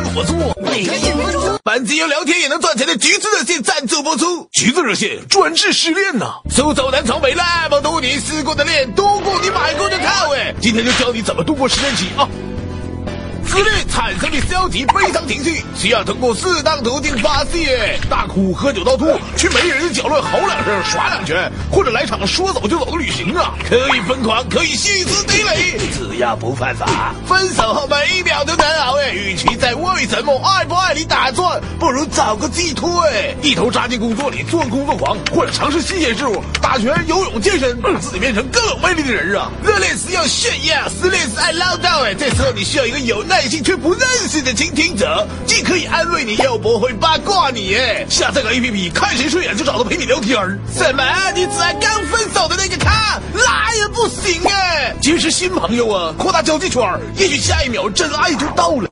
不错。 每个1分钟。 本集由聊天也能赚钱的橘子热线赞助播出。橘子热线专治失恋呐，苏州南闯北那么多你试过的恋多过你买过的套哎，今天就教你怎么度过失恋期啊。失恋产生的消极悲伤情绪，需要通过适当途径发泄，大哭、喝酒、到吐，去没人的角落吼2声、耍2拳，或者来场说走就走的旅行啊！可以疯狂，可以歇斯底里，只要不犯法。分手后每一秒都难熬哎，与其在为什么爱不爱里打转，不如找个寄托哎，一头扎进工作里做工作狂，或者尝试新鲜事物，打拳、游泳、健身，让自己变成更有魅力的人啊！热恋时要炫耀，失恋时爱唠叨哎，这时候你需要一个有耐心却不认识的倾听者，既可以安慰你，又不会八卦你耶。下载个 APP， 看谁顺眼就找他陪你聊天。什么？你只爱刚分手的那个他？那也不行哎！结识新朋友啊，扩大交际圈，也许下一秒真爱就到了。